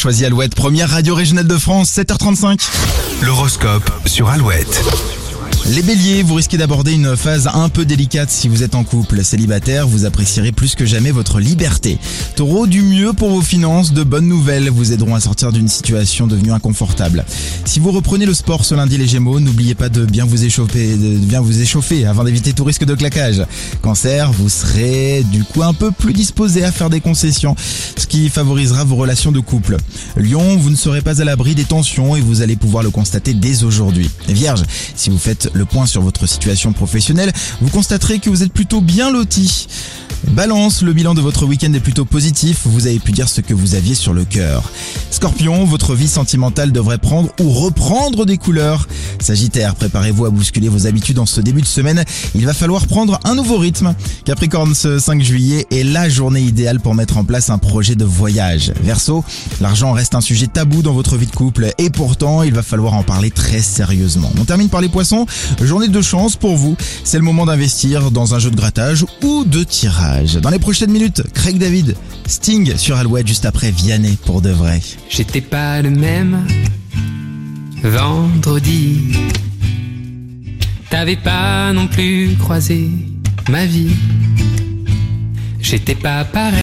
choisi Alouette, première radio régionale de France, 7h35. L'horoscope sur Alouette. Les béliers, vous risquez d'aborder une phase un peu délicate si vous êtes en couple. Célibataire, vous apprécierez plus que jamais votre liberté. Taureau, du mieux pour vos finances, de bonnes nouvelles vous aideront à sortir d'une situation devenue inconfortable. Si vous reprenez le sport ce lundi les Gémeaux, n'oubliez pas de bien vous échauffer afin d'éviter tout risque de claquage. Cancer, vous serez du coup un peu plus disposé à faire des concessions, ce qui favorisera vos relations de couple. Lion, vous ne serez pas à l'abri des tensions et vous allez pouvoir le constater dès aujourd'hui. Vierge, si vous faites le point sur votre situation professionnelle, vous constaterez que vous êtes plutôt bien loti. Balance, le bilan de votre week-end est plutôt positif, vous avez pu dire ce que vous aviez sur le cœur. Scorpion, votre vie sentimentale devrait prendre ou reprendre des couleurs. Sagittaire, préparez-vous à bousculer vos habitudes en ce début de semaine, il va falloir prendre un nouveau rythme. Capricorne, ce 5 juillet est la journée idéale pour mettre en place un projet de voyage. Verseau, l'argent reste un sujet tabou dans votre vie de couple et pourtant il va falloir en parler très sérieusement. On termine par les poissons, journée de chance pour vous, c'est le moment d'investir dans un jeu de grattage ou de tirage. Dans les prochaines minutes, Craig David, Sting sur Alouette juste après Vianney pour de vrai. J'étais pas le même vendredi. T'avais pas non plus croisé ma vie. J'étais pas pareil.